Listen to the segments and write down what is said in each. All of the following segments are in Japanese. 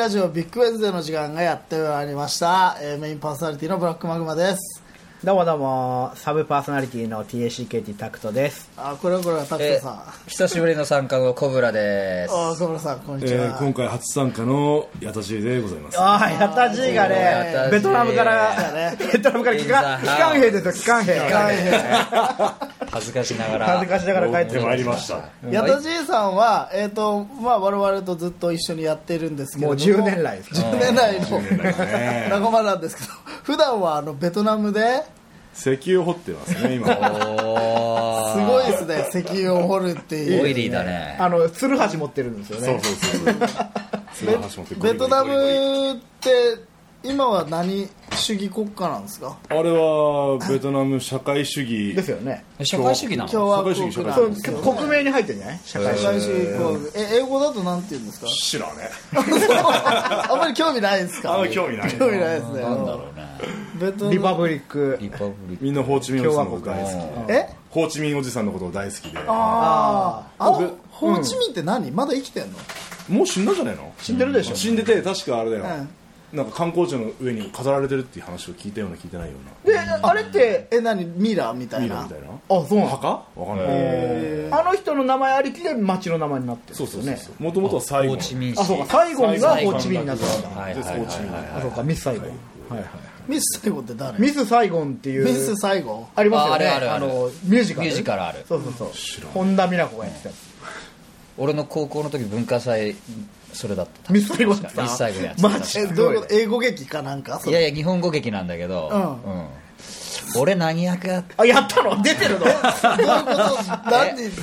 ラジオビッグウェンズデーの時間がやってまいりました。メインパーソナリティのブラックマグマです。 どうもどうも、サブパーソナリティの TACKT タクトです。 これはタクトさん、 久しぶりの参加のコブラです。 コブラさん、こんにちは。 今回初参加のヤタジーでございます。 ヤタジーがね、ベトナムから帰還兵ですよ、帰還兵。 恥ずかしながら帰ってまいりました。 ヤタジーさんは、我々とずっと一緒にやってるんですけども、 もう10年来です 10年来の仲間なんですけど、普段はベトナムで石油を掘ってますね、今。 すごいですね、石油を掘るっていう。 オイリーだね。 ツルハシ持ってるんですよね。 そうベトナムって今は何主義国家なんですか？ あれはベトナム社会主義ですよね。 社会主義なの？ 共和国なんですよ。 国名に入ってるんじゃない？ 社会主義国。英語だとなんて言うんですか？ 知らねあんまり興味ないですか？ あんまり興味ないですね。 なんだろうね。 リパブリック。 みんなホーチミンおじさんのこと大好き。ホーチミンおじさんのこと大好きで。 ホーチミンって何？まだ生きてんの？ もう死んだんじゃないの？ 死んでるでしょ。 死んでて、確かあれだよ。なんか観光地の上に飾られてるっていう話を聞いたような聞いてないような。で、あれって何ミラーみたいな。 あ、そうなの？墓？わかんない。 あの人の名前ありきで町の名前になってるんですよね。 もともとはサイゴン。 そうか、サイゴンがホーチミンになってるんだ。そうか、ミスサイゴン。 ミスサイゴンって誰？ ミスサイゴンっていう。 ミスサイゴンありますよね。 あるミュージカルある。 そう。本田美奈子がやってた。 俺の高校の時文化祭それだった。 ミスサイゴンやってた。どういうこと？英語劇かなんか？ いや日本語劇なんだけど。俺何役やった？ やったの？出てるの？ どういうこと？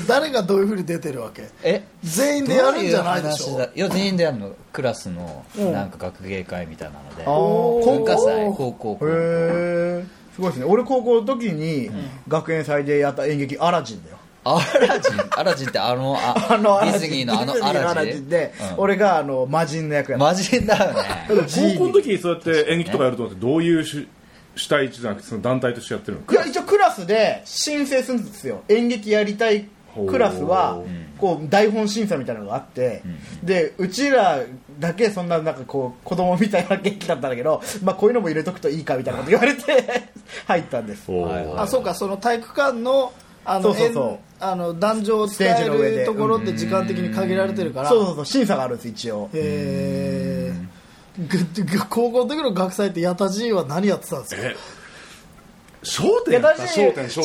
誰がどういう風に出てるわけ？全員でやるんじゃないでしょ？ いや全員でやるの。クラスのなんか学芸会みたいなので。 文化祭高校。 へえ。すごいですね。俺高校の時に学園祭でやった演劇アラジンだよ。 アラジンってディズニーのアラジンで、俺が魔人の役やった。 魔人だよね。 高校の時そうやって演劇とかやるとってどういう主体じゃなくてその団体としてやってるの？ いや一応クラスで申請するんですよ。演劇やりたいクラスはこう台本審査みたいなのがあって、でうちらだけそんななんかこう子供みたいな劇だったんだけど、こういうのも入れとくといいかみたいなこと言われて入ったんです。 そうか、その体育館の壇上を使えるところって時間的に限られてるから、 そう審査があるんです一応。 高校の時の学祭ってヤタジーは何やってたんですか？ 商店って大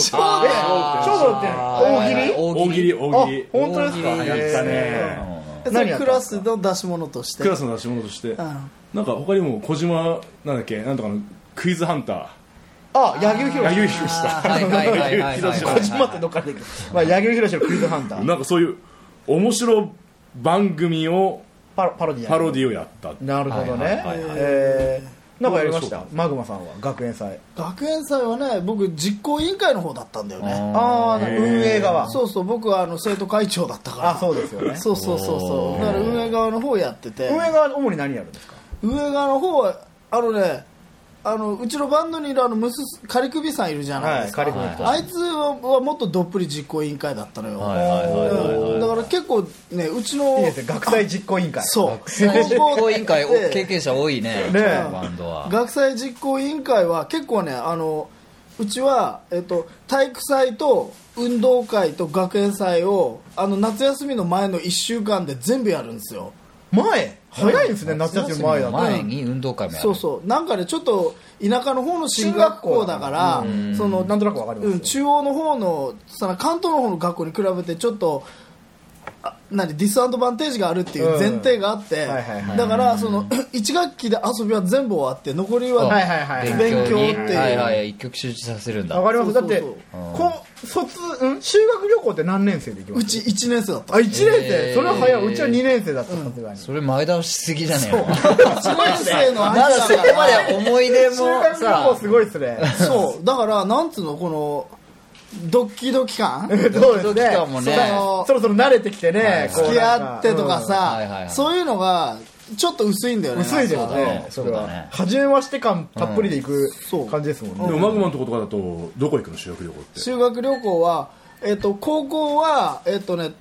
喜利。 本当ですか？ やったね。 クラスの出し物としてなんか他にも小島なんだっけ、なんとかのクイズハンター。 柳生博士小島ってどっからできる？柳生博士のクイズハンター。 なんかそういう面白番組をパロディをやった。 なるほどね。なんかやりました？マグマさんは学園祭はね、僕実行委員会の方だったんだよね。 運営側。 そう僕は生徒会長だったから。 そうですよね。 そうだから運営側の方やってて。 運営側主に何やるんですか？ 運営側の方はうちのバンドにいるカリクビさんいるじゃないですか。あいつはもっとどっぷり実行委員会だったのよ。だから結構ね、うちのいいですね、学祭実行委員会。 学祭実行委員会経験者多いね。バンドは。 学祭実行委員会は結構ね、うちは体育祭と運動会と学園祭を夏休みの前の1週間で全部やるんですよ。 早いんですね、夏休み前だと。 前に運動会もやる。 なんかね、ちょっと田舎の方の進学校だから、 なんとなくわかります。 中央の方の関東の方の学校に比べてちょっとディスアドバンテージがあるっていう前提があって、だから1学期で遊びは全部終わって残りは勉強っていう一曲集中させるんだ。 わかります。だって修学旅行って何年生で行きます？ うち1年生だった。 1年生？それは早い。うちは2年生だった。さすがにそれ前倒しすぎじゃねえの ？1年生のまだそこまで思い出も修学旅行すごいっすね。 そうだからなんつうの、このドキドキ感そうですね。そろそろ慣れてきてね、 付き合ってとかさ、そういうのがちょっと薄いんだよね。 薄いですよね。それは初めまして感たっぷりで行く感じですもんね。 でもマグマのとことかだとどこ行くの？修学旅行って。 修学旅行は高校は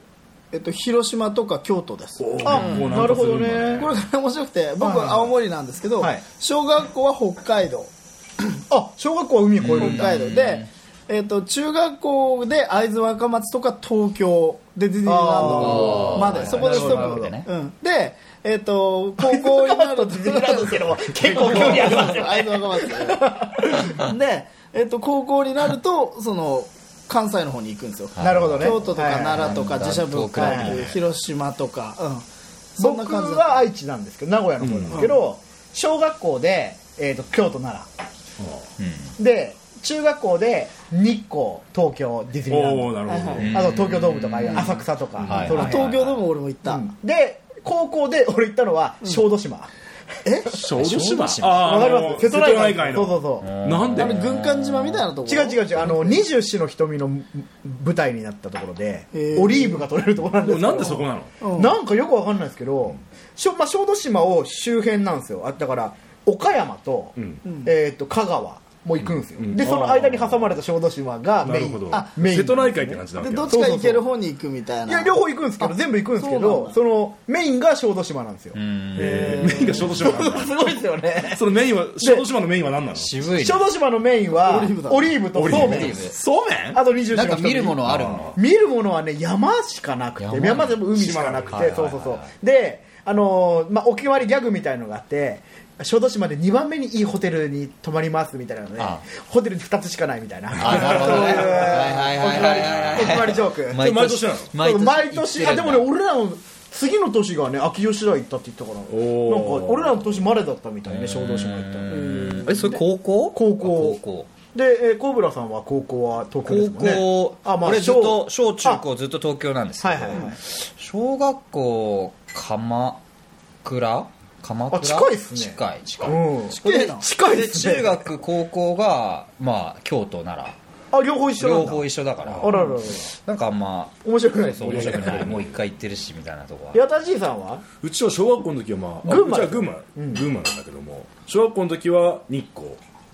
広島とか京都です。 あ、なるほどね。 これが面白くて、僕は青森なんですけど、小学校は北海道。 あ、小学校は海を越えるんだ。 北海道で、中学校で会津若松とか東京でディズニーランドまで、そこでストップでね。で、高校になるとディズニーランドですけど結構興味ありますよ。会津若松で。高校になるとその関西の方に行くんですよ。 なるほどね。 京都とか奈良とか自社文化広島とか、 僕は愛知なんですけど、名古屋の方なんですけど、小学校で京都奈良で、中学校で日光東京ディズニーランド、あと東京ドームとか浅草とか、 東京ドーム俺も行った。 で高校で俺行ったのは小豆島。 小豆島、 わかります。瀬戸内海の。 そうなんで軍艦島みたいなところ。 違う二十四の瞳の舞台になったところでオリーブが取れるところなんですけど、 なんでそこなの？ なんかよくわかんないですけど、小豆島を周辺なんですよ。だから岡山と香川も行くんですよ。でその間に挟まれた小豆島がメイン。 瀬戸内海って感じなんだ。 でどっちか行ける方に行くみたいな。 いや両方行くんですけど、全部行くんですけど、そのメインが小豆島なんですよ。 メインが小豆島なんだ。 すごいですよね。 そのメインは小豆島のメインは何なの？ 渋い。 小豆島のメインはオリーブとそうめん。 そうめん？ あと24 なんか見るものあるの？ 見るものはね、山しかなくて、山でも海しかなくて、そうで、お決まりギャグみたいのがあって、小豆島で2番目にいいホテルに泊まりますみたいなので、ホテル2つしかないみたいな、 なるほどね。 お決まりジョーク。 毎年なの？ 毎年。でもね、俺らの次の年がね、秋吉台行ったって言ったから、なんか俺らの年までだったみたいね、小豆島行った。 それ高校？ 高校で、コブラさんは高校は東京ですもんね。 高校、俺ずっと小中高ずっと東京なんですけど、小学校鎌倉近いっすね。 近い近いっすね。 中学高校がまあ京都奈良、両方一緒なんだ。 両方一緒だから、 あららら、 なんかあんま面白くないです。 面白くない。もう一回行ってるしみたいなとこは。 矢田じいさんは？ うちは小学校の時はまあ群馬なんだけども、小学校の時は日光。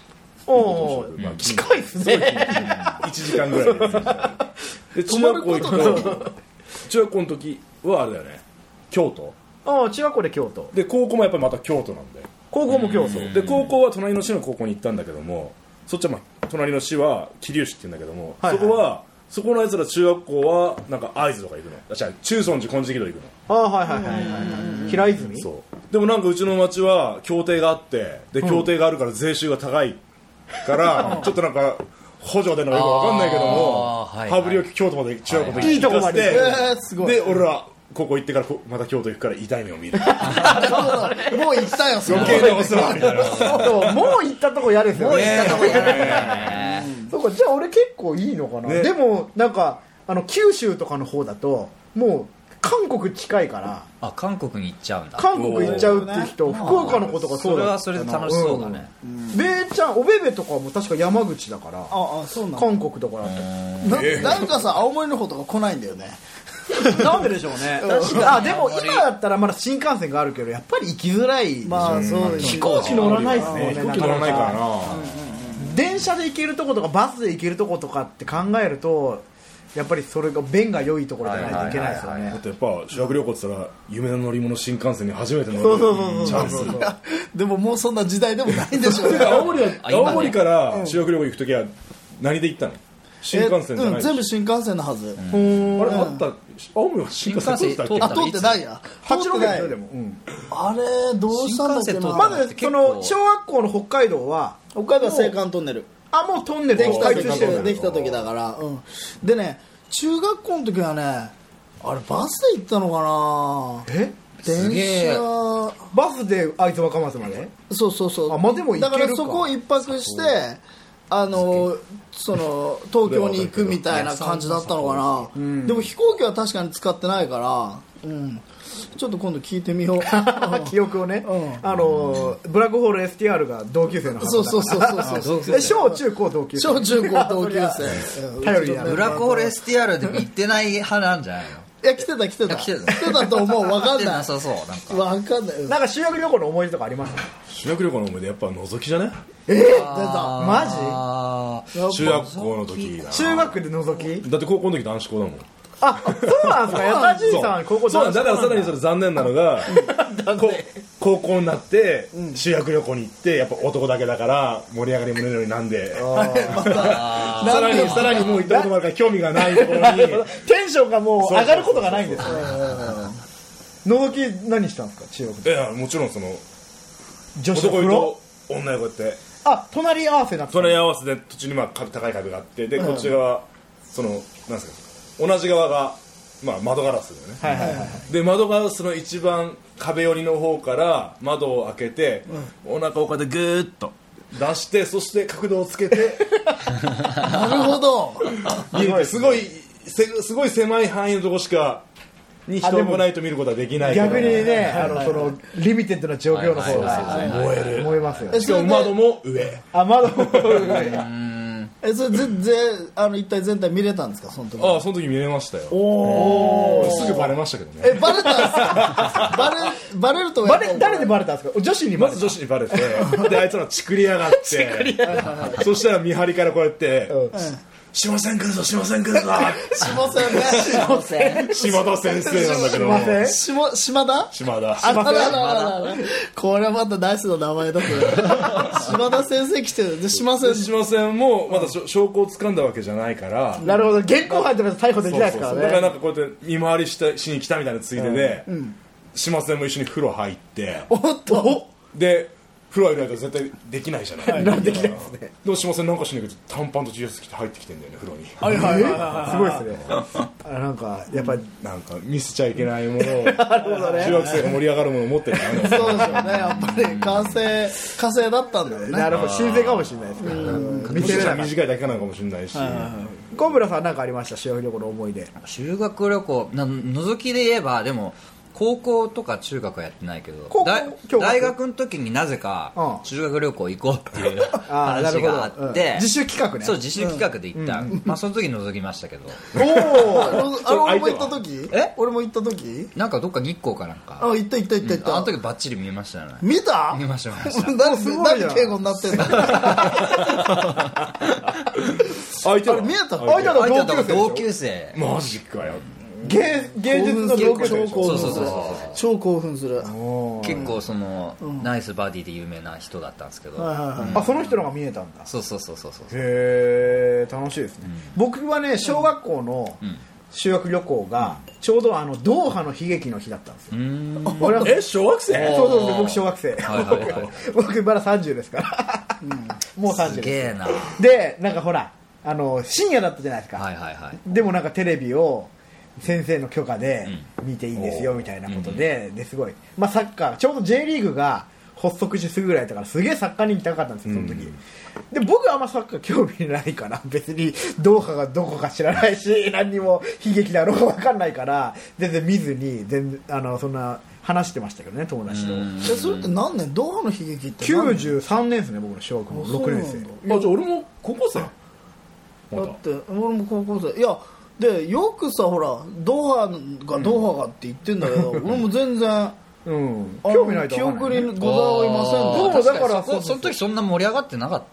近いっすね。 1時間ぐらいで。中学校行くと、中学校の時はあれだよね、京都。 中学校で京都で、高校もやっぱりまた京都なんで、 高校も京都で、高校は隣の市の高校に行ったんだけども、そっちはまあ隣の市は桐生市って言うんだけども、そこのやつら中学校はなんか会津とか行くの。中尊寺金色堂行くの。 平泉。 そう。でもなんかうちの町は協定があって、で協定があるから税収が高いからちょっとなんか補助でのよくわかんないけども、羽振りを京都まで中学校の時に行かせて、で俺らここ行ってからまた京都行くから痛い目を見る。もう行ったよ。 余計なお世話みたいな。 もう行ったとこ嫌ですよね。そうか、じゃあ俺結構いいのかな。でもなんか九州とかの方だともう韓国近いから、 韓国に行っちゃうんだ。 韓国行っちゃうって人、福岡の子とかそうだ。 それはそれで楽しそうだね。 べーちゃん、おべべとかも確か山口だから、 そうなんだ。 韓国とかだった。 なんかさ、青森の方とか来ないんだよね。 なんででしょうね。でも今だったらまだ新幹線があるけど、やっぱり行きづらい。 まあそうです。 飛行機乗らないですね。 飛行機乗らないからな。 電車で行けるとことかバスで行けるとことかって考えると、やっぱりそれが便が良いところじゃないといけないですよね。 だってやっぱ修学旅行って言ったら夢の乗り物新幹線に初めて乗るチャンス。 でももうそんんな時代でもないんでしょうね。 青森から修学旅行行くときは何で行ったの？新幹線じゃない？ 全部新幹線のはず。 あれあった？青森は新幹線通ってないや。 八戸ですよでも。 あれどうしたんだっけな。 まずその小学校の北海道は青函トンネル。 もうトンネルできた時だから。でね、中学校の時はね、あれバスで行ったのかな。電車バスで会津若松まで。 そうまあでも行けるか。 だからそこを一泊して。その東京に行くみたいな感じだったのかな。でも飛行機は確かに使ってないから、ちょっと今度聞いてみよう。 記憶をね、ブラックホール STR が同級生のはずだから。そう小中高同級生。 小中高同級生。 頼りになる。 ブラックホール STR でも行ってない派なんじゃないの？ いや来てたと思う。分かんない。 そう分かんない。 なんか修学旅行の思い出とかあります？ 修学旅行の思い出やっぱ覗きじゃね？ 出た。マジ？ 中学校の時だ。 中学で覗き？ だって高校の時男子校だもん。 あ、そうなんですか。やじいさん高校そうなんだからさらにそれ残念なのが高校になって修学旅行に行ってやっぱ男だけだから盛り上がりもねるのになんでさらにもう行ったこともあるから興味がないところにテンションがもう上がることがないんですよ。覗き何したんですか中学で。 いやもちろんその女子男湯と女湯こうやって隣り合わせなって隣り合わせで途中にまあ高い壁があってでこっち側そのなんですか同じ側がまあ窓ガラスだよね。で窓ガラスの一番壁寄りの方から窓を開けてお腹をこうやってグーッと出してそして角度をつけてなるほどすごい狭い範囲のとこしかに人がないと見ることはできない逆にねそのリミテッドな状況の方が燃えますよ。 しかも窓も上窓も上それ全然一体全体見れたんですかその時。 その時見れましたよ。すぐバレましたけどね。 バレたんですかバレると誰でバレたんですか。女子にまず女子にバレてであいつらチクりやがってそしたら見張りからこうやってしません来るぞしません来るぞしませんね島田先生なんだけど島田これはまたナイスの名前だと島田先生来てるで島先もまだ証拠を掴んだわけじゃないからなるほど現行犯って逮捕できないですからね。 だからなんかこうやって見回りしに来たみたいなついでで島先も一緒に風呂入ってで風呂入らないと絶対できないじゃない。 できないですね。 でも島先なんかしないけど短パンと T シャツ着て入ってきてんだよね風呂に。 すごいですね。なんかやっぱりなんか見せちゃいけないものを中学生が盛り上がるものを持ってるからね。 そうでしょうねやっぱり火星だったんだよね。 なるほど新星かもしれないですね。 見せれない短いだけなのかもしれないし。 小村さん何かありました修学旅行の思い出。 修学旅行覗きで言えばでも高校とか中学はやってないけど大学の時になぜか修学旅行行こうっていう話があって自主企画ね。 そう自主企画で行ったまあその時覗きましたけど俺も行った時俺も行った時なんかどっか日光かなんか行ったあの時バッチリ見ましたよね。 見た見ました何敬語になってんの見えた同級生マジかよ。 芸術の同級生。 超興奮する。 結構そのナイスバディで有名な人だったんですけどその人のが見えたんだ。 そうへえ楽しいですね。僕はね小学校の修学旅行がちょうどドーハの悲劇の日だったんですよ。 小学生？ そう僕小学生。僕まだ30ですからもう30です。 すげえな。 でなんかほら深夜だったじゃないですか。でもなんかテレビを先生の許可で見ていいですよみたいなことですごいまあサッカーちょうど J リーグが発足してすぐぐらいだからすげえサッカーに行きたかったんですよその時。で僕はあんまサッカー興味ないから別にドーハがどこか知らないし何にも悲劇だろうか分かんないから全然見ずにそんな話してましたけどね友達と。 それって何年ドーハの悲劇って 93年ですね僕の小学校6年生。 じゃあ俺も高校生だって俺も高校生いやでよくさほらドーハがって言ってんだけど俺も全然興味ないと記憶にございません。 だからその時そんな盛り上がってなかった。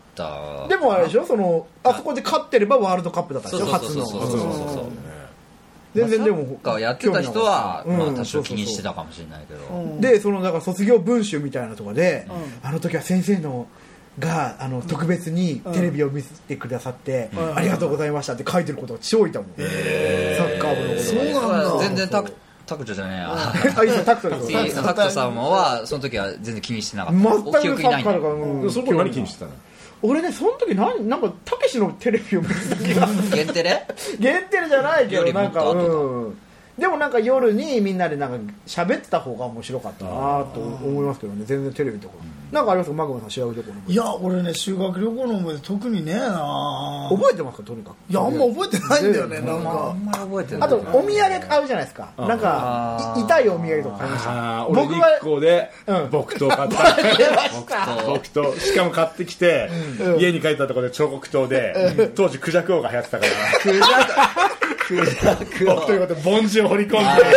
でもあれでしょあそこで勝ってればワールドカップだったでしょ初の。全然でもやってた人は多少気にしてたかもしれないけどでだから卒業文集みたいなところであの時は先生のが特別にテレビを見せてくださってありがとうございましたって書いてることが超いたもん。サッカー部のこと。 そうなんだ。 全然タクトじゃねえやタクトさんはその時は全然気にしてなかった。 全く記憶にないんだ。 その時何気にしてたの？ 俺ねその時なんかたけしのテレビを見てた気が限定で限定じゃないけどなんかでもなんか夜にみんなでなんか喋ってた方が面白かったなと思いますけどね全然テレビとかなんかありますかマグマさん修学旅行の。 いや俺ね修学旅行の思い出特にねえな。 覚えてますかとにかく。 いやあんま覚えてないんだよねなんか。 あんまり覚えてない。 あとお土産買うじゃないですか。なんか痛いお土産とか買いました。 俺日光で木刀買った木刀しかも買ってきて家に帰ったところで彫刻刀で当時クジャク王が流行ってたからクジャク王ということで梵字を掘り込んで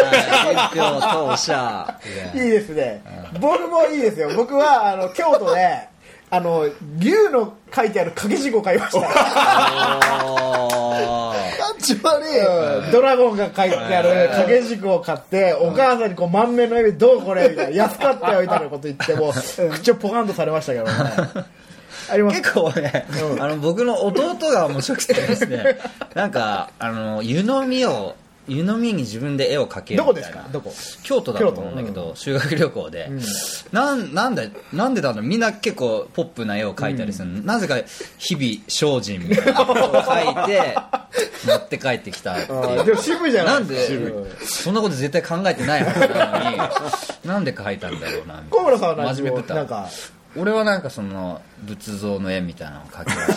いいですね。僕もいいですよ。僕は京都で竜の書いてある掛け軸を買いました。 ち悪い、 ドラゴンが書いてある掛け軸を買って、お母さんにこう満面の笑みどうこれみたいな、安かったよみたいなこと言っても口をポカンとされましたけどね。 あります。結構ね、僕の弟が面白くてですね、なんか湯飲みに自分で絵を描けるみたいな。 どこ？ 京都だと思うんだけど、修学旅行で、なんでだろう、みんな結構ポップな絵を描いたりするの、なぜか日々精進みたいなことを描いて持って帰ってきたっていう。 でも渋いじゃない。 なんでそんなこと絶対考えてないはずなのになんで描いたんだろうな。 小村さんは真面目ぶったなんか俺はなんかその仏像の絵みたいなのを描きま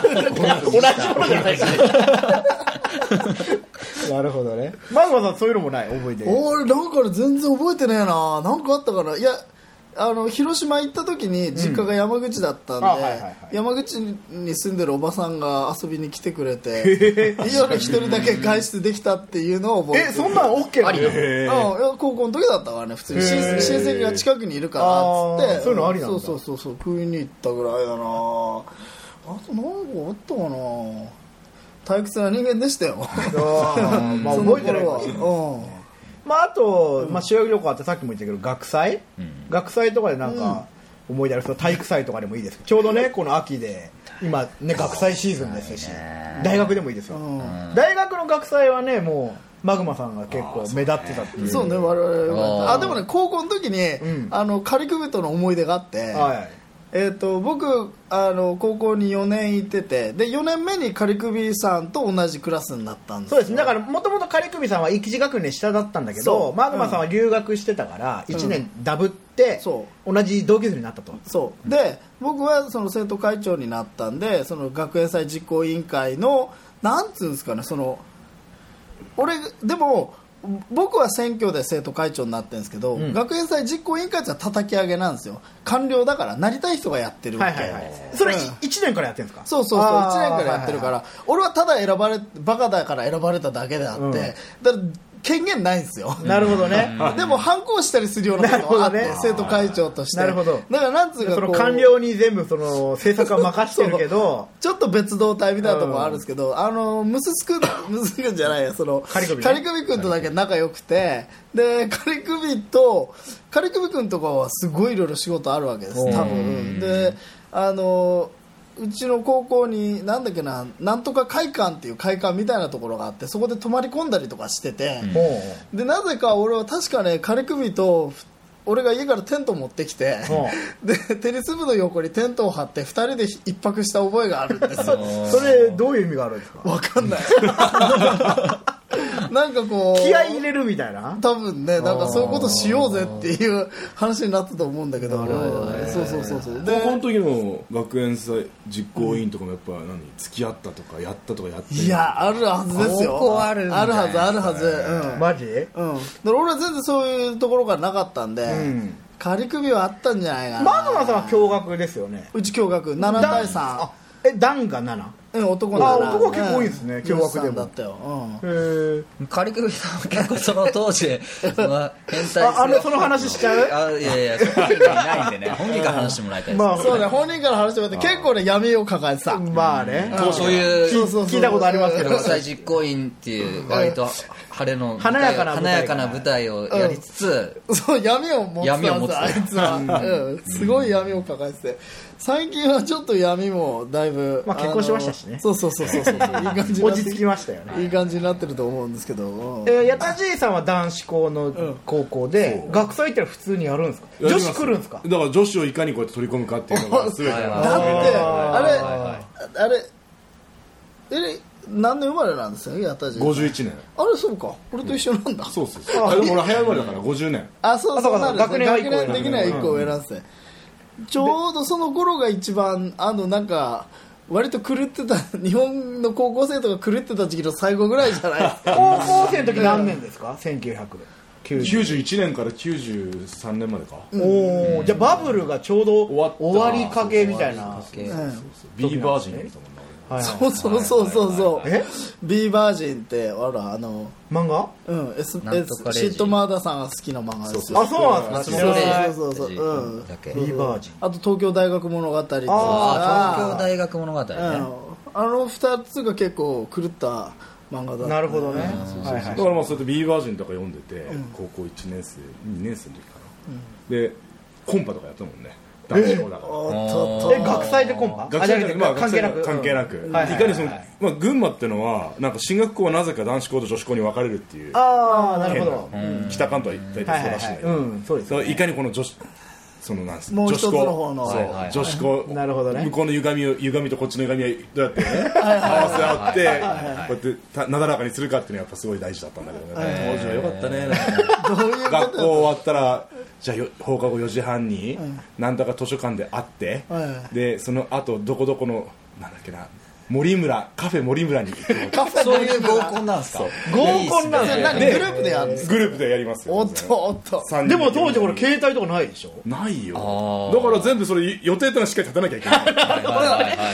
したけどなるほどね。マグマさんそういうのもない思い出？ 俺なんか全然覚えてねえな。なんかあったかな。いや広島行った時に実家が山口だったんで、山口に住んでるおばさんが遊びに来てくれて、一人だけ外出できたっていうのを覚えてる。 そんなの OK なの？高校の時だったからね、普通に親戚が近くにいるからっつって、 そういうのありなんだ。 そう食いに行ったぐらいだな。あと何かあったかな。退屈な人間でしたよ。 まあ覚えてないわ。あと、修学旅行あってさっきも言ったけど学祭とかでなんか思い出ある人、体育祭とかでもいいです。ちょうどねこの秋で今ね学祭シーズンですし、大学でもいいですよ。大学の学祭はねもうマグマさんが結構目立ってたっていう。 そうね、我々でもね高校の時にカリクビとの思い出があって、僕高校に4年行ってて、で4年目にカリクビさんと同じクラスになったんですよ。 そうですね。だからもともとカリクビさんは一学年下だったんだけど、マグマさんは留学してたから1年ダブって同じ同級生になったと。 そうで僕はその生徒会長になったんで、その学園祭実行委員会のなんつうんですかね、でも僕は選挙で生徒会長になってるんですけど、学園祭実行委員会って叩き上げなんですよ。官僚だからなりたい人がやってるわけ。 それ1年からやってるんですか？ そう1年からやってるから、俺はただバカだから選ばれただけであって、だから権限ないんですよ。 なるほどね。 でも反抗したりするようなことがあって、生徒会長として。 なるほど。 だからなんつうかその官僚に全部その政策は任してるけどちょっと別動隊みたいなところあるんですけど、ムスくんじゃないや、カリクビ君とだけ仲良くて、でカリクビ君とかはすごいいろいろ仕事あるわけです多分。でうちの高校になんとか会館っていう会館みたいなところがあって、そこで泊まり込んだりとかしてて、でなぜか俺は確かねカリクビと俺が家からテント持ってきて、でテニス部の横にテントを張って2人で一泊した覚えがあるんですよ。 それどういう意味があるんですか？ 分かんないなんかこう気合い入れるみたいな、 多分ね、なんかそういうことしようぜっていう話になったと思うんだけど、そう高校の時の学園祭実行委員とかもやっぱ付き合ったとかやったとかやってる？ いやあるはずですよ。 高校あるはず、 マジ？ だから俺は全然そういうところがなかったんで、カリクビはあったんじゃないかな。 マグマさんは共学ですよね？ うち共学7対3。 男が 7？ 男の男は結構多いですね、共学でも。 だったよ。 カリクビさんは結構その当時変態その話しちゃう？ いや本人がいないんでね、本人から話してもらいたいです。 そうね、本人から話してもらって結構ね闇を抱えてた。 まあね、 そういう聞いたことありますけど、 国際実行委員っていう割と華やかな舞台をやりつつ、 そう闇を持ってたんですあいつは。すごい闇を抱えてて、最近はちょっと闇もだいぶ結婚しましたしね。 そういい感じ落ち着きましたよね。 いい感じになってると思うんですけど、 矢田爺さんは男子校の高校で、学祭って普通にやるんですか？女子来るんですか？ だから女子をいかにこうやって取り込むかっていうのが全て。だってあれ何年生まれなんですよ、矢田爺。 51年。 あれそうか、俺と一緒なんだ。 そうでも俺早生まれだから50年。 そう学年的には1個上なんですね。ちょうどその頃が一番なんか割と狂ってた、日本の高校生とか狂ってた時期の最後ぐらいじゃないですか。 高校生の時何年ですか ？91年から93年までか。 じゃあバブルがちょうど終わりかけみたいな。 ビーバージンだったもんな。 そうビーバージンって漫画？ シットマーダさんが好きな漫画ですよ。 そうなんですか？ そうビーバージン。 あと東京大学物語とか。 東京大学物語ね。 2つが結構狂った漫画だった。 なるほどね。 だからまあそうやって B バージンとか読んでて、高校1年生2年生の時かな、でコンパとかやったもんね、男子校だから。 学祭でコンパ？ 学祭で関係なく、いかにその、まあ、群馬ってのはなんか進学校はなぜか男子校と女子校に分かれるっていう。 ああ、なるほど。 北関東は大体そうらしいんだけど、 そうですね。 いかにこの女子そのなんもう一つの方の女子校、 なるほどね、 向こうの歪みとこっちの歪みはどうやってね合わせ合ってこうやってなだらかにするかっていうのはやっぱすごい大事だったんだけどね、当時はよかったね。学校終わったらじゃあ放課後4時半になんだか図書館で会って、でその後どこどこのなんだっけなカフェ森村にそういう合コンなんですか？ 合コンなんですよ。 グループでやるんですか？ グループでやりますよ。 おっとでも当時これ携帯とかないでしょ？ ないよ。だから全部それ予定ってのはしっかり立てなきゃいけない。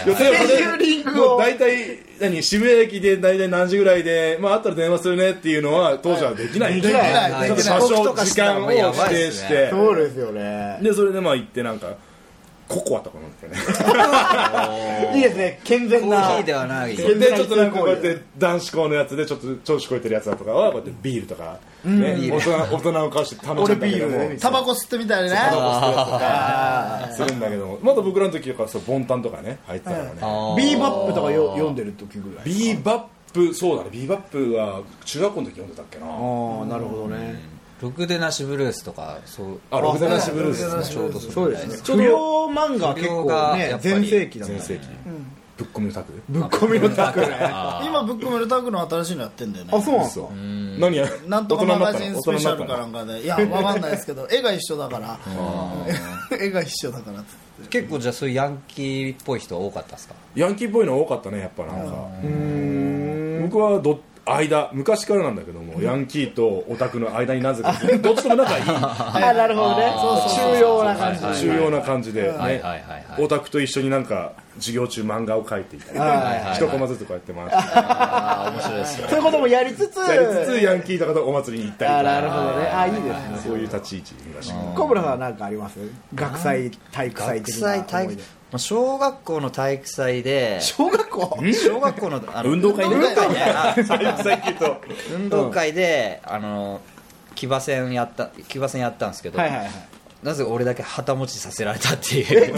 予定をスケジューリングを大体渋谷駅で大体何時ぐらいであったら電話するねっていうのは当時はできない。 できない。 場所時間を指定してそうですよね。 でそれでまあ行ってなんかココアとか飲んでね。 いいですね、健全な。 コーヒーではない。 でちょっとなんかこうやって男子校のやつでちょっと調子こいてるやつだとかはこうやってビールとかね、大人の顔して楽しんだけども、 タバコ吸ってみたいね。 タバコ吸ってとかするんだけども、まだ僕らの時とかそうボンタンとかね入ってたからね。 ビーバップとか読んでる時ぐらい。 ビーバップ、そうだね、ビーバップは中学校の時読んでたっけな。 ああ、なるほどね。 ろくでなしブルースとか、 ろくでなしブルースちょうどそうですね。不良漫画結構ね、全盛期だった。 全盛期。ぶっ込みのタク。 ぶっ込みのタクね。 今ぶっ込みのタクの新しいのやってんだよね。 あ、そうなんですか。 何や？ なんとかマガジンスペシャルかなんかで、いやわかんないですけど、絵が一緒だから。絵が一緒だから。 結構じゃあそういうヤンキーっぽい人多かったですか？ ヤンキーっぽいの多かったね、やっぱなんか。僕は昔からなんだけども、ヤンキーとオタクの間になぜかどっちとも仲いい。 なるほどね。重要な感じ。 重要な感じでね、オタクと一緒になんか授業中漫画を描いていたり、一コマずつこうやって回して。 面白いですよ。 そういうこともやりつつヤンキーとかとお祭りに行ったりとか。 なるほどね。いいですね。 そういう立ち位置らしい。 小村さんは何かあります？学祭体育祭的な思い出。 小学校の体育祭で小学校の運動会ね。 運動会で騎馬戦やったんですけど、なぜ俺だけ旗持ちさせられたっていう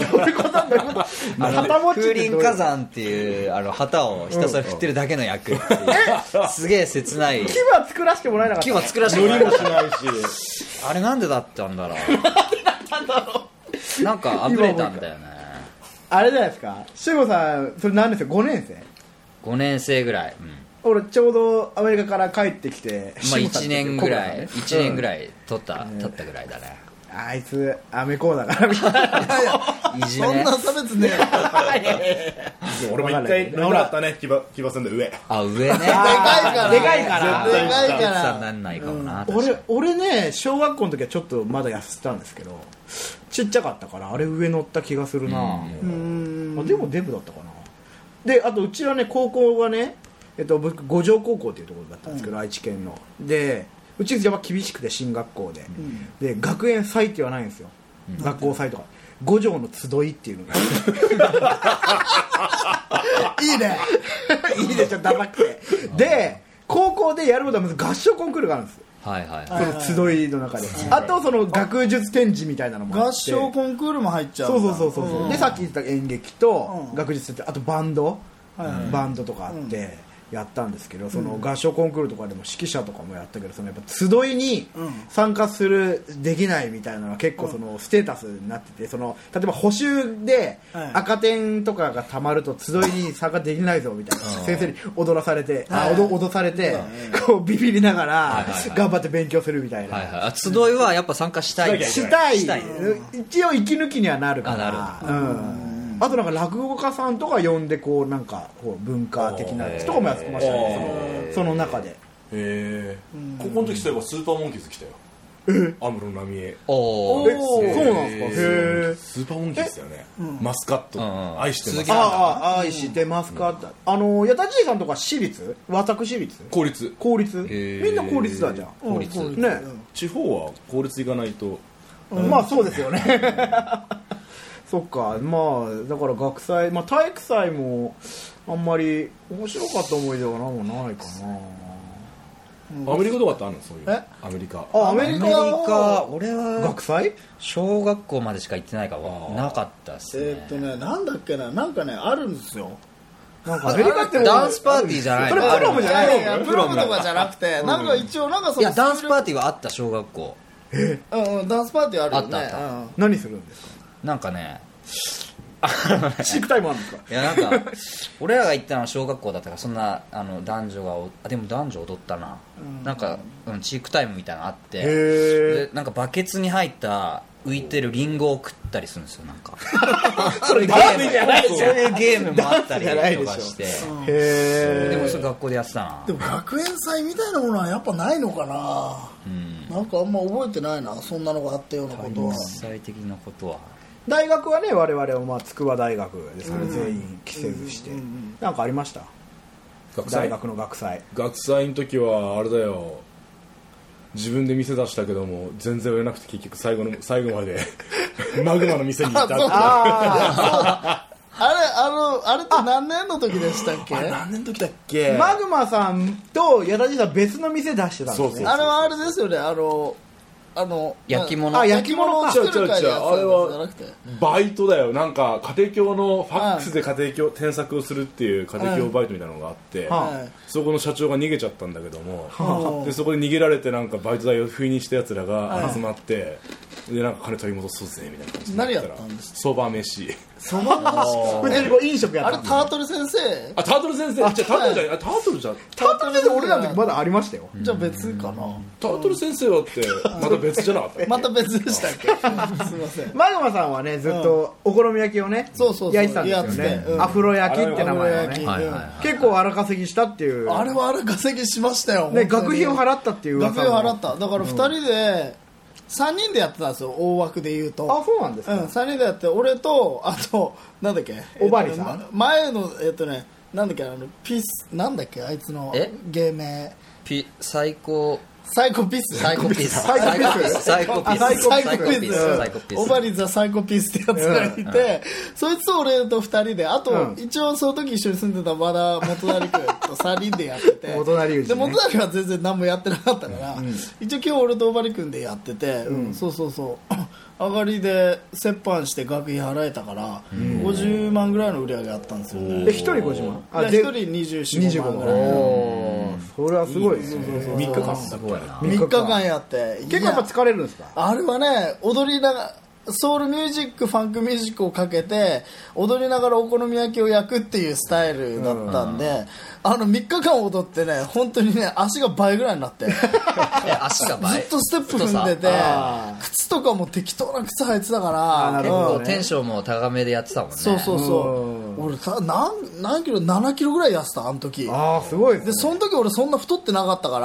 風林火山っていう旗をひたすら振ってるだけの役っていうすげえ切ない。 牙作らせてもらえなかった。 牙作らせてもらえなかった。 乗りもしないし。 あれなんでだったんだろう。なんかあぶれたんだよね。 あれじゃないですか、慎吾さん、それ何年生？5年生 ？5年生ぐらい、 俺ちょうどアメリカから帰ってきて、 1年ぐらい取ったぐらいだね。 あいつアメコーだからみたいな。 いじめ。 そんな差別ねえ。俺も一回乗らったね、騎馬戦で上。 上ね。 でかいからなんないかもな。 俺ね、小学校の時はちょっとまだ痩せてたんですけど、ちっちゃかったからあれ上乗った気がするな。でもデブだったかな。で、あとうちはね、高校がね、僕五条高校っていうところだったんですけど、愛知県ので、うちやっぱ厳しくて進学校で、学園祭って言わないんですよ、学校祭とか。五条の集いっていうのがいいね。 いいでしょ、ダサくて。で、高校でやることはまず合唱コンクールがあるんですよ。その集いの中で。あとその学術展示みたいなのもあって、 合唱コンクールも入っちゃう。 そうで、さっき言った演劇と学術展示、あとバンドとかあってやったんですけど、その合唱コンクールとかでも指揮者とかもやったけど、そのやっぱ集いに参加するできないみたいなのは結構そのステータスになってて、その例えば補習で赤点とかがたまると集いに参加できないぞみたいな先生に脅されてこうビビりながら頑張って勉強するみたいな。 集いはやっぱ参加したい。 一応息抜きにはなるから。あとなんか落語家さんとか呼んでこうなんかこう文化的な人とかもやってましたね、その中で。 高校の時そういえばスーパーモンキーズ来たよ。安室奈美恵。 そうなんですか。 スーパーモンキーズだよね。マスカット愛してます。 愛してますかって。矢田じいさんとか私立？私立？公立。みんな公立だじゃん。 公立ね。 地方は公立行かないと。 まあそうですよね。 そっか、まあだから学祭、まあ、体育祭もあんまり面白かった思い出は何もないかな。 アメリカとかってあるの？そういうアメリカ。 アメリカ俺は学祭小学校までしか行ってないからなかったっすね。 なんだっけな、なんかねあるんですよ。 なんかアメリカってダンスパーティーじゃないの？ それプロムじゃないの？ いやプロムとかじゃなくて、なんか一応なんかそのいやダンスパーティーはあった小学校。 ダンスパーティーあるよね。 あった何するんですか？ なんかね飼育タイムあるんですか？ いやなんか俺らが行ったのは小学校だったからそんな男女がでも男女踊ったな、なんかチークタイムみたいなのあって、でなんかバケツに入った浮いてるリンゴを食ったりするんですよ。なんかそういうゲームもあったりとかして、でもそれ学校でやってたな。 でも学園祭みたいなものはやっぱないのかな、なんかあんま覚えてないな、そんなのがあったようなことは。 国際的なことは大学はね、我々はまあ筑波大学ですから、全員期せずして、なんかありました？大学の学祭の時はあれだよ、自分で店出したけども全然売れなくて結局最後までマグマの店に行ったってあれって何年の時でしたっけ？ 何年の時だっけ？ マグマさんと矢田じさん別の店出してたんですね。 あれはあれですよね、 焼き物。 焼き物か。 違うあれはバイトだよ。なんか家庭教のファックスで家庭教添削をすするっていう家庭教バイトみたいなのがあって、そこの社長が逃げちゃったんだけども、でそこで逃げられてなんかバイト代を不意にしたやつらが集まって、でなんか金取り戻そうぜみたいな感じで何やったんですか？ そば飯。 そば飯。 普通にこう飲食やった。 あれタートル先生？ タートル先生。タートルじゃない。タートルじゃん。 タートル先生俺らの時まだありましたよ。 じゃあ別かな。 タートル先生はってまた別じゃなかった？ また別でしたっけ？すみません。 マグマさんはねずっとお好み焼きをね焼いてたんですよね。アフロ焼きって名前のね。結構荒稼ぎしたっていう。 あれは荒稼ぎしましたよ。 ね、学費を払ったっていう噂。学費を払った。だから2人で3人でやってたんですよ、大枠で言うと。 あ、そうなんですか。 3人でやって、俺とあとなんだっけ、 おばりさん、 前のなんだっけ、ピースなんだっけ、あいつの芸名最高サイコピスオバリザサイコピスってやつがいて、そいつと俺と2人で、あと一応その時一緒に住んでた和田元成君と3人でやってて、元成は全然何もやってなかったから、一応今日俺とオバリ君でやってて、そう上がりで折半して学費払えたから50万ぐらいの売り上げあったんですよね。 1人50万？ 1人24万ぐらい。 それはすごいですね。 3日間すごいな。 3日間やって、 結構やっぱ疲れるんですか？ あれはね、踊りながらソウルミュージック、ファンクミュージックをかけて踊りながらお好み焼きを焼くっていうスタイルだったんで、3日間踊ってね、本当にね、足が倍ぐらいになって足が倍ずっとステップ踏んでて、靴とかも適当な靴履いてたから、 結構テンションも高めでやってたもんね。 そう俺何キロ、7キロぐらい痩せた、あの時。 すごいですね。 でその時俺そんな太ってなかったから、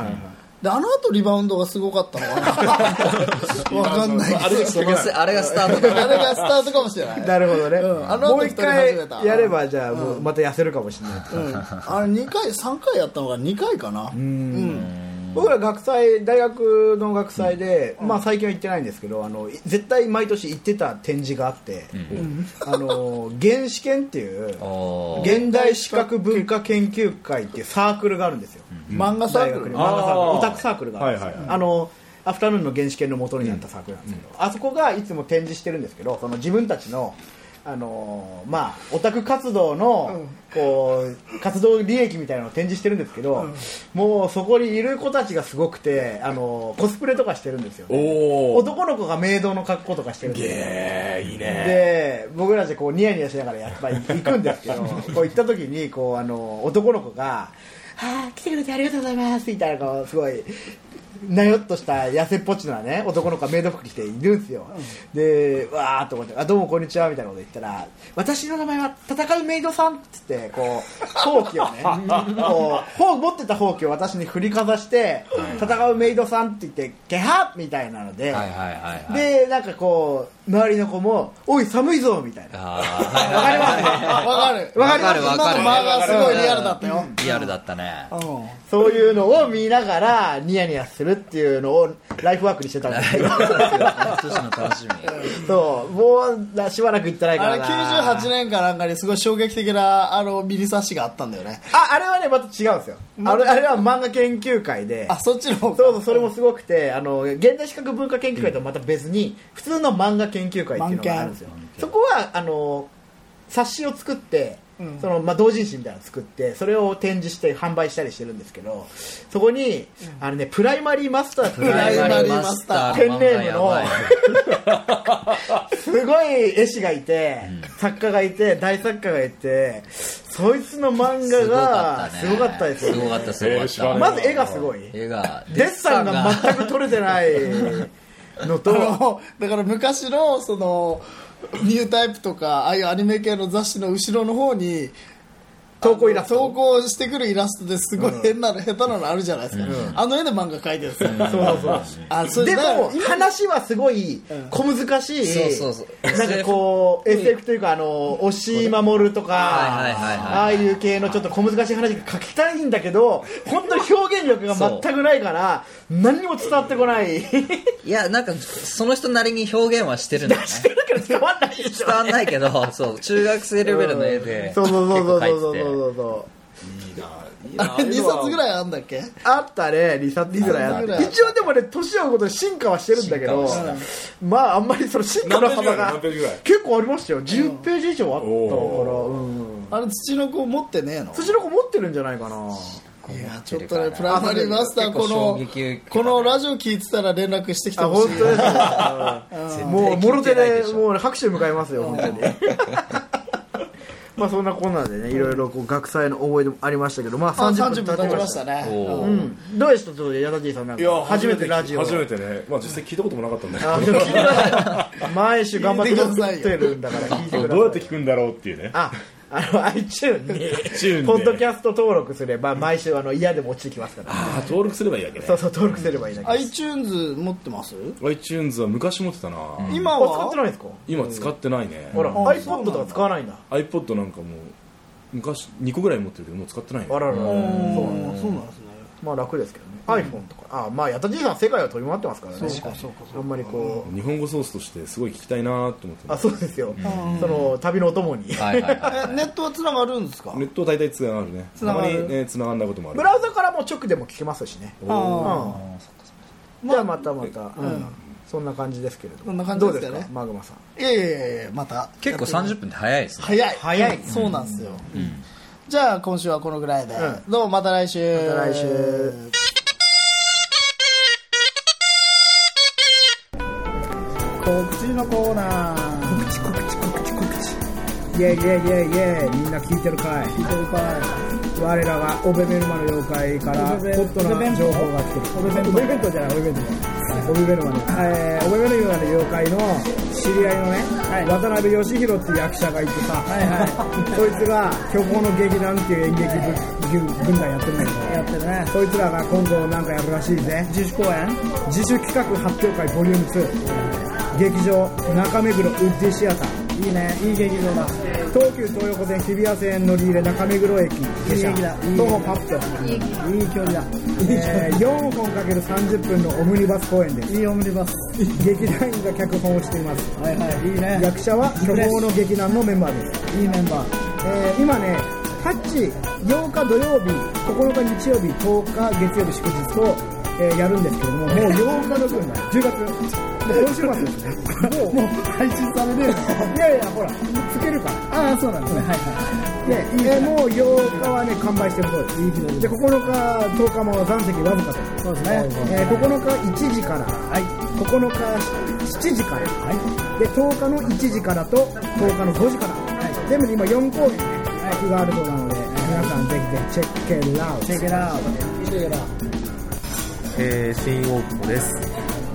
で後リバウンドがすごかったのかなわかんないけど、 あれがスタートかあれがスタートかもしれない。 なるほどね、もう一回やればじゃあもうまた痩せるかもしれない、 あれ3回やったのが2回かな。 僕ら大学の学祭で、最近は行ってないんですけど、絶対毎年行ってた展示があって、原始研っていう現代視覚文化研究会っていうサークルがあるんですよ。 漫画サークル、 オタクサークルがあるんですよ。アフタヌーンの原始研の元になったサークルなんですけど、あそこがいつも展示してるんですけど、その自分たちのオタク活動の活動履歴みたいなのを展示してるんですけど、もうそこにいる子たちがすごくて、コスプレとかしてるんですよね。男の子がメイドの格好とかしてるんですよ。いいね。で僕らじゃニヤニヤしながらやっぱり行くんですけど行った時に男の子が来てくれてありがとうございますみたいな、すごいなよっとした痩せっぽっちなね男の子がメイド服着ているんですよ。でわーっと思ってどうもこんにちはみたいなこと言ったら、私の名前は戦うメイドさんって言ってほうきをねほう持ってたほうきを私に振りかざして、 戦うメイドさんって言ってゲハッみたいなので、でなんかこう周りの子もおい寒いぞみたいな、わかりますわかる今の漫画すごいリアルだったよ。 リアルだったね。 そういうのを見ながらニヤニヤするっていうのをライフワークにしてたんですよ。 年の楽しみ。 そうもうしばらく行ってないからな。 あれ98年かなんかにすごい衝撃的なミニ冊子があったんだよね。 あれはねまた違うんですよ。あれは漫画研究会で、 そっちの方。 そうそれもすごくて、現代史学文化研究会とはまた別に普通の漫画研究会っていうのがあるんですよ。そこは冊子を作って、同人誌みたいなのを作ってそれを展示して販売したりしてるんですけど、そこにプライマリーマスターっていうペンネームのすごい絵師がいて、作家がいて大作家がいて、そいつの漫画がすごかったですよね。 すごかった。 まず絵がすごい、デッサンが全く撮れてないのとだから昔のそのニュータイプとかああいうアニメ系の雑誌の後ろの方に投稿してくるイラストですごい下手なのあるじゃないですか、あの絵で漫画描いてるんですよ。そうでも話はすごい小難しい、なんかこう SF というか押井守とかああいう系のちょっと小難しい話が書きたいんだけど、本当に表現力が全くないから何にも伝わってこない。 いやなんかその人なりに表現はしてるんだよね。 してるけど伝わんないでしょ。 伝わんないけど、そう中学生レベルの絵でそう 2冊ぐらいあんだっけ。 あったね、2冊ぐらいあって、一応でもね年を追うことで進化はしてるんだけど、まああんまりその進化の幅が結構ありましたよ。10ページ以上あったから、 土の子持ってねえの。 土の子持ってるんじじゃないかな。 いやちょっとね、プライマリーマスターこのラジオ聞いてたら連絡してきてほしい。 本当ですね。もうもろ手でもう拍手向かいますよ本当に。まあそんなこんなでね、いろいろこう学祭の思い出もありましたけど、まあ30分経ちましたね。どうでした？ちょっと矢田Gさんなんか初めてラジオ。 初めてね。まあ実際聞いたこともなかったんだけど。 毎週頑張ってるんだから聞いてください。 どうやって聞くんだろうっていうね。 iTunes にポッドキャスト登録すれば毎週嫌でも落ちてきますから。 登録すればいいわけね。 そう登録すればいいだけ。 iTunes 持ってます？ iTunes は昔持ってたな。 今は使ってないですか？ 今使ってないね。 ほら iPod とか使わないんだ。 iPod なんかもう昔2個ぐらい持ってるけどもう使ってないね。 あらら。そうなんですね。まあ楽ですけどね。iPhone とかまあ矢田Gさん世界は飛び回ってますからね。あんまりこう日本語ソースとしてすごい聞きたいなと思って。 そうですよ。その旅のお供に。ネットはつながるんですか？ ネットは大体つながるね。たまにねつながんないこともある。 ブラウザからも直でも聞けますしね。じゃあまたそんな感じですけれども。どうですかマグマさん。 いやまた結構30分って早いですね。 早い。そうなんですよ。じゃあ今週はこのぐらいで。どうもまた来週。告知のコーナー。告知。 イェイみんな聞いてるかい。我らがオベベルマの妖怪からホットな情報が来てる。オベベントじゃない、オベベントオベベルマのオベベルマの妖怪の知り合いのね、渡辺義弘っていう役者がいてさ、そいつが虚構の劇団っていう演劇軍団やってるんだけど、やってるね。そいつらが今度なんかやるらしいぜ。自主公演、自主企画発表会ボリューム2、劇場中目黒ウッディシアター。いいね、いい劇場だ。東急東横線日比谷線乗り入れ中目黒駅下車徒歩パッといい距離だ。4本かける30分のオムニバス公演です。いいオムニバス。劇団員が脚本をしています。いいね。役者は虚構の劇団のメンバーです。いいメンバー。今ねタッチ8日土曜日、9日日曜日、10日月曜日祝日とやるんですけども、もう8日の分だ、10月今週末ですね。もう配信される。いやほらつけるから。そうなんですね。でもう8日はね完売してるそうです。で9日10日も残席わずかと。そうですね。9日1時から、9日7時から、で10日の1時からと10日の5時から、全部で今4公演ねがあるそうなので、皆さんぜひチェックラウト。チェックラウト。 新大久保です。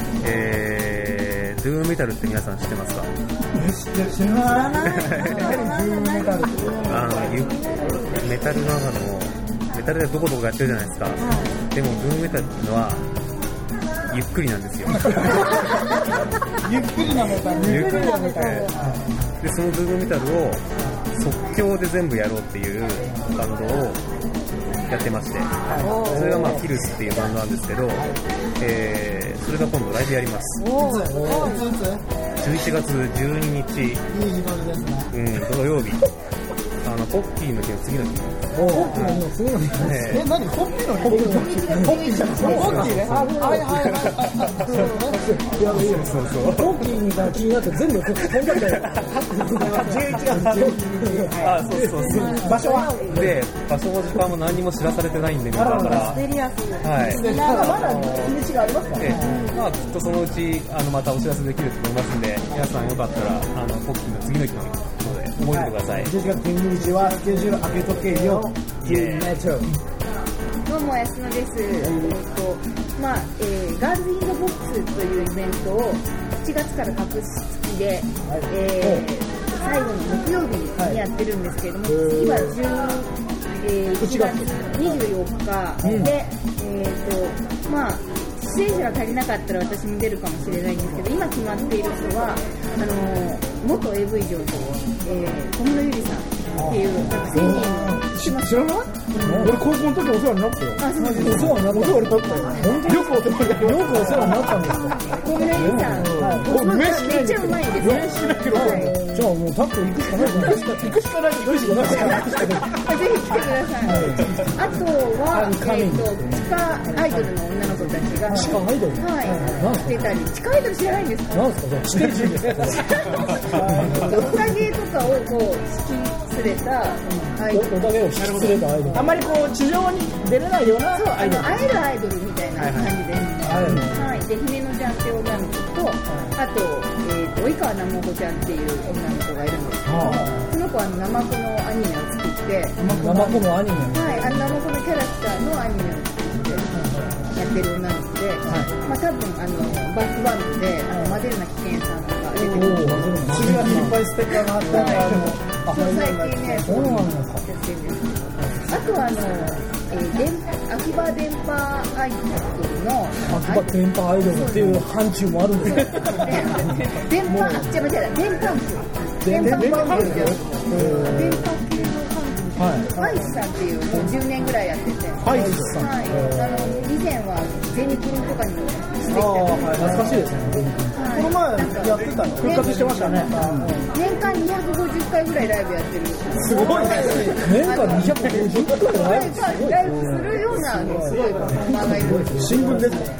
ドゥーンメタルって皆さん知ってますか？ 知らない。ドゥーンメタル。 メタルの中のメタルでどこどこやってるじゃないですか、でもブームメタルっていうのはゆっくりなんですよゆっくりなメタルでそのブームメタルを即興で全部やろうっていうバンドをやってまして、それがまあフィルスっていうバンドなんですけど、それが今度ライブやります。11月12日、 いい時間ですね。 土曜日、ポッキーの日の次の日。 ポッキーの日の次の日。何ポッキーの日？ポッキーじゃん。ポッキーね。はいはいはい。 そう。ポッキーが気になって全部飛んじゃったよ。11月12日。 あ、そう。 場所は？ で、場所も時間も何にも知らされてないんで、だから。 ステリアス。 はい。 まだ日にちがありますからね。 まあきっとそのうちまたお知らせできると思いますんで、皆さんよかったらポッキーの次の日のことで覚えてください。 11月12日はスケジュール開けとけよ。 どうも安野です。ガールズインドボックスというイベントを7月から各月で、最後の木曜日にやってるんですけれども、次は1月24日で、出演者が足りなかったら私も出るかもしれないんですけど、今決まっている人は元 AV 女優、小室ゆりさんっていう成人知らない？俺高校の時お世話になったよ。 あ、そうです。 お世話になったよ。よくお世話になったんですよ。 小室ゆりさん、めっちゃうまいです。 じゃあもうタップ行くしかない。行くしかない。 ぜひ来てください。あとは地下アイドルの女の子たちが地下アイドル？ 来てたり、地下アイドル知らないんですか？ なんですか？知ってる人ですか？ おかげとかをこう引き連れたアイドル。 おかげを引き連れたアイドル。あんまりこう地上に出れないようなアイドル。会えるアイドルみたいな感じです。はい。で、姫野ちゃんっていう女の子と、あと及川なもこちゃんっていう女の子がいるんですけど、その子はナマコのアニメを作って、 ナマコのアニメ。 はい。ナマコのキャラクターのアニメを作ってやってる女の子で、多分バックバンドでマデルナ危険さんとか出てくる。 次はいっぱいステッカーがあったね。 最近ね、そうなんです。あとは秋葉電波アイドルの秋葉電波アイドルっていう範疇もあるんですよ。 電波系のファイスさんっていうもう10年ぐらいやってて、ファイスさん、 以前はゼニクルとかにもしてきた。 懐かしいですね。この前やってたの復活してましたね。 年間250回ぐらいライブやってる。 すごい年間250回ライブするようなすごいパフォーマーがいる。 新聞ですね。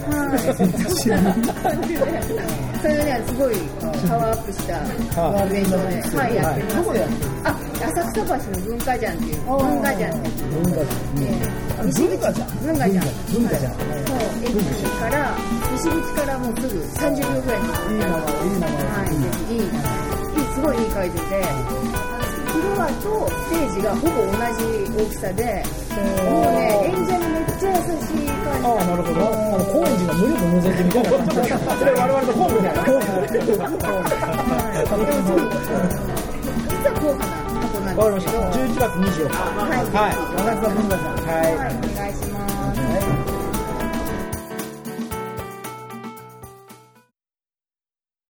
それでね、すごいパワーアップしたイベントで、やってます。 どこでやってる？ 浅草橋の文化ジャンっていう文化ジャンっていう文化ジャンそう駅から西口からもうすぐ30秒ぐらいにいい名前すごいいい会場でフロアとステージがほぼ同じ大きさでもうね演者にめっちゃ優しい感じ。 なるほど。高円寺の無力無絶みたいな感じでそれ我々のホームみたいな実は高価なとこなんですけど 11月24日はい、 浅草文化さんはい、お願いします。